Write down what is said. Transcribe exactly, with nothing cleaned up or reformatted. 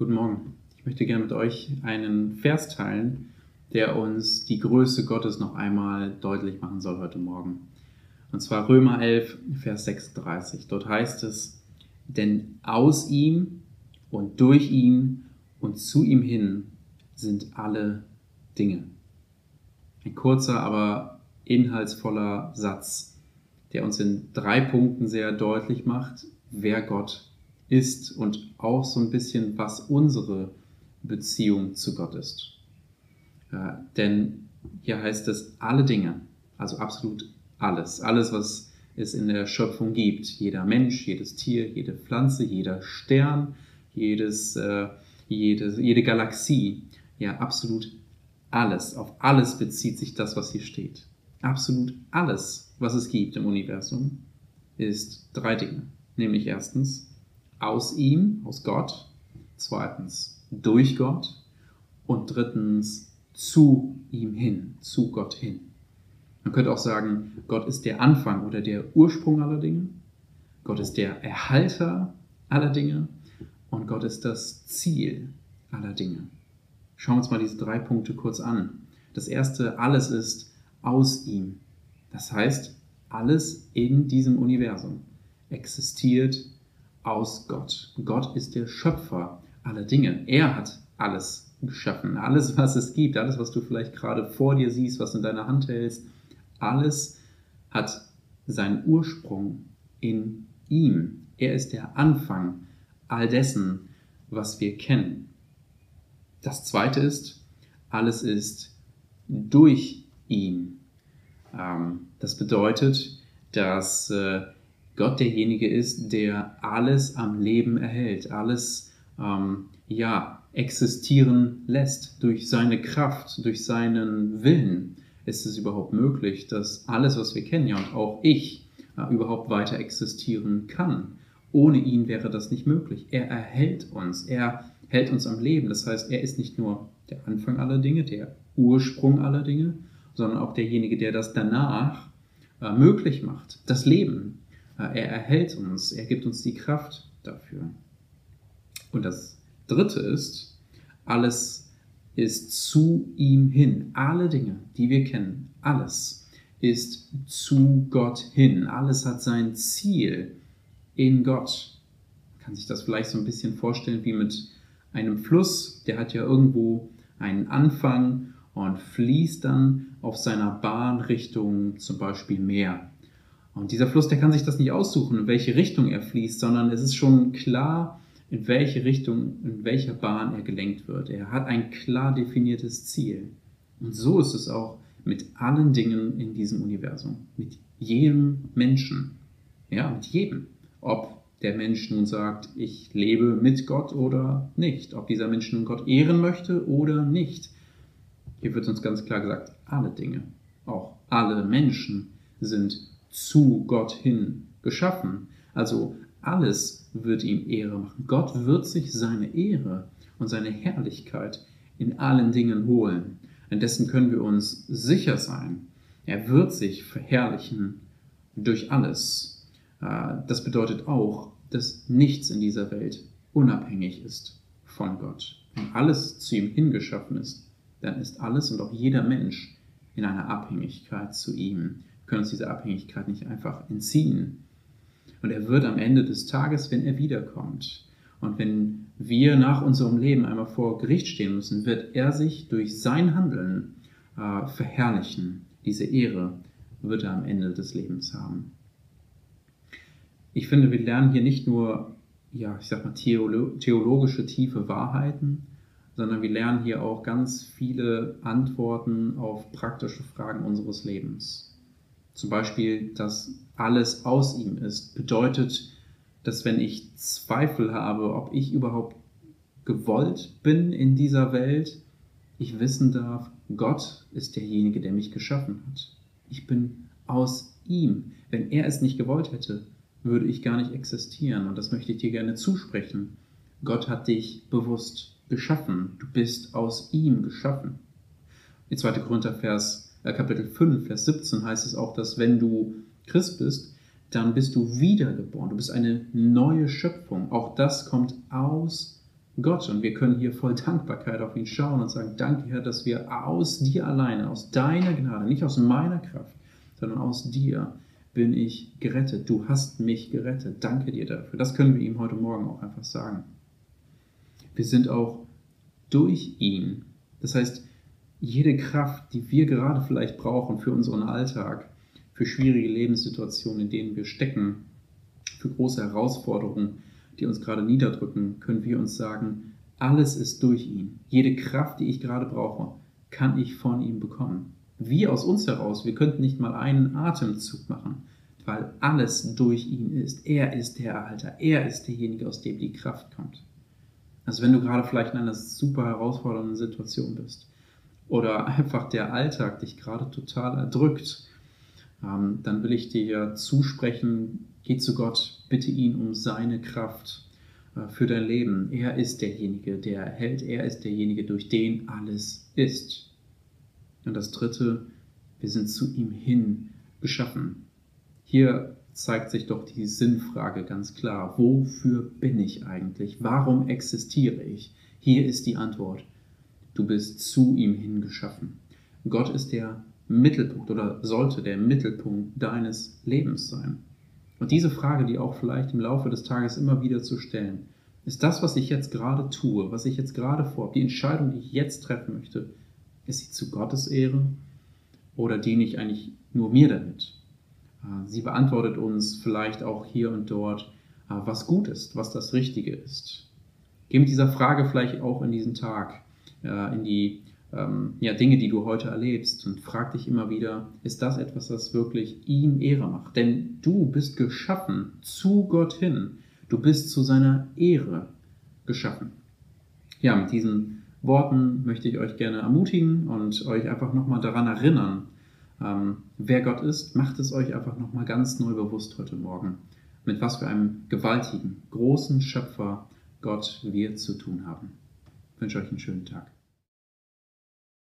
Guten Morgen. Ich möchte gerne mit euch einen Vers teilen, der uns die Größe Gottes noch einmal deutlich machen soll heute Morgen. Und zwar Römer elf, Vers sechsunddreißig. Dort heißt es: Denn aus ihm und durch ihn und zu ihm hin sind alle Dinge. Ein kurzer, aber inhaltsvoller Satz, der uns in drei Punkten sehr deutlich macht, wer Gott ist und auch so ein bisschen, was unsere Beziehung zu Gott ist. Äh, denn hier heißt es alle Dinge, also absolut alles, alles, was es in der Schöpfung gibt, jeder Mensch, jedes Tier, jede Pflanze, jeder Stern, jedes, äh, jede, jede Galaxie, ja, absolut alles, auf alles bezieht sich das, was hier steht. Absolut alles, was es gibt im Universum, ist drei Dinge. Nämlich erstens aus ihm, aus Gott, zweitens durch Gott und drittens zu ihm hin, zu Gott hin. Man könnte auch sagen, Gott ist der Anfang oder der Ursprung aller Dinge, Gott ist der Erhalter aller Dinge und Gott ist das Ziel aller Dinge. Schauen wir uns mal diese drei Punkte kurz an. Das erste, alles ist aus ihm. Das heißt, alles in diesem Universum existiert aus Gott. Gott ist der Schöpfer aller Dinge. Er hat alles geschaffen. Alles, was es gibt, alles, was du vielleicht gerade vor dir siehst, was in deiner Hand hältst, alles hat seinen Ursprung in ihm. Er ist der Anfang all dessen, was wir kennen. Das zweite ist, alles ist durch ihn. Ähm, das bedeutet, dass äh, Gott derjenige ist, der alles am Leben erhält, alles ähm, ja, existieren lässt. Durch seine Kraft, durch seinen Willen ist es überhaupt möglich, dass alles, was wir kennen, ja und auch ich, äh, überhaupt weiter existieren kann. Ohne ihn wäre das nicht möglich. Er erhält uns, er hält uns am Leben. Das heißt, er ist nicht nur der Anfang aller Dinge, der Ursprung aller Dinge, sondern auch derjenige, der das danach äh, möglich macht, das Leben. Äh, er erhält uns, er gibt uns die Kraft dafür. Und das Dritte ist, alles ist zu ihm hin. Alle Dinge, die wir kennen, alles ist zu Gott hin. Alles hat sein Ziel in Gott. Man kann sich das vielleicht so ein bisschen vorstellen wie mit einem Fluss, der hat ja irgendwo einen Anfang und fließt dann auf seiner Bahn Richtung zum Beispiel Meer. Und dieser Fluss, der kann sich das nicht aussuchen, in welche Richtung er fließt, sondern es ist schon klar, in welche Richtung, in welcher Bahn er gelenkt wird. Er hat ein klar definiertes Ziel. Und so ist es auch mit allen Dingen in diesem Universum, mit jedem Menschen, ja, mit jedem, ob der Mensch nun sagt, ich lebe mit Gott oder nicht, ob dieser Mensch nun Gott ehren möchte oder nicht. Hier wird uns ganz klar gesagt, alle Dinge, auch alle Menschen sind zu Gott hin geschaffen. Also alles wird ihm Ehre machen. Gott wird sich seine Ehre und seine Herrlichkeit in allen Dingen holen. Und dessen können wir uns sicher sein. Er wird sich verherrlichen durch alles. Das bedeutet auch, dass nichts in dieser Welt unabhängig ist von Gott. Wenn alles zu ihm hingeschaffen ist, dann ist alles und auch jeder Mensch in einer Abhängigkeit zu ihm. Wir können uns diese Abhängigkeit nicht einfach entziehen. Und er wird am Ende des Tages, wenn er wiederkommt und wenn wir nach unserem Leben einmal vor Gericht stehen müssen, wird er sich durch sein Handeln äh, verherrlichen. Diese Ehre wird er am Ende des Lebens haben. Ich finde, wir lernen hier nicht nur, ja, ich sag mal, theolo- theologische tiefe Wahrheiten, sondern wir lernen hier auch ganz viele Antworten auf praktische Fragen unseres Lebens. Zum Beispiel, dass alles aus ihm ist, bedeutet, dass wenn ich Zweifel habe, ob ich überhaupt gewollt bin in dieser Welt, ich wissen darf, Gott ist derjenige, der mich geschaffen hat. Ich bin aus ihm. Wenn er es nicht gewollt hätte, würde ich gar nicht existieren. Und das möchte ich dir gerne zusprechen. Gott hat dich bewusst geschaffen. Du bist aus ihm geschaffen. In zweiter Korinther Vers, äh, Kapitel fünf, Vers siebzehn heißt es auch, dass wenn du Christ bist, dann bist du wiedergeboren. Du bist eine neue Schöpfung. Auch das kommt aus Gott und wir können hier voll Dankbarkeit auf ihn schauen und sagen, danke Herr, dass wir aus dir alleine, aus deiner Gnade, nicht aus meiner Kraft, sondern aus dir bin ich gerettet. Du hast mich gerettet. Danke dir dafür. Das können wir ihm heute Morgen auch einfach sagen. Wir sind auch durch ihn. Das heißt, jede Kraft, die wir gerade vielleicht brauchen für unseren Alltag, für schwierige Lebenssituationen, in denen wir stecken, für große Herausforderungen, die uns gerade niederdrücken, können wir uns sagen, alles ist durch ihn. Jede Kraft, die ich gerade brauche, kann ich von ihm bekommen. Wir aus uns heraus, wir könnten nicht mal einen Atemzug machen, weil alles durch ihn ist. Er ist der Erhalter, er ist derjenige, aus dem die Kraft kommt. Also wenn du gerade vielleicht in einer super herausfordernden Situation bist oder einfach der Alltag dich gerade total erdrückt, ähm, dann will ich dir zusprechen, geh zu Gott, bitte ihn um seine Kraft äh, für dein Leben. Er ist derjenige, der erhält, er ist derjenige, durch den alles ist. Und das Dritte, wir sind zu ihm hin geschaffen. Hier zeigt sich doch die Sinnfrage ganz klar. Wofür bin ich eigentlich? Warum existiere ich? Hier ist die Antwort. Du bist zu ihm hin geschaffen. Gott ist der Mittelpunkt oder sollte der Mittelpunkt deines Lebens sein. Und diese Frage, die auch vielleicht im Laufe des Tages immer wieder zu stellen, ist das, was ich jetzt gerade tue, was ich jetzt gerade vorhabe, die Entscheidung, die ich jetzt treffen möchte, ist sie zu Gottes Ehre oder diene ich eigentlich nur mir damit? Sie beantwortet uns vielleicht auch hier und dort, was gut ist, was das Richtige ist. Geh mit dieser Frage vielleicht auch in diesen Tag, in die ja, Dinge, die du heute erlebst und frag dich immer wieder, ist das etwas, das wirklich ihm Ehre macht? Denn du bist geschaffen zu Gott hin. Du bist zu seiner Ehre geschaffen. Ja, mit diesen Worten möchte ich euch gerne ermutigen und euch einfach nochmal daran erinnern, ähm, wer Gott ist. Macht es euch einfach nochmal ganz neu bewusst heute Morgen, mit was für einem gewaltigen, großen Schöpfer Gott wir zu tun haben. Ich wünsche euch einen schönen Tag.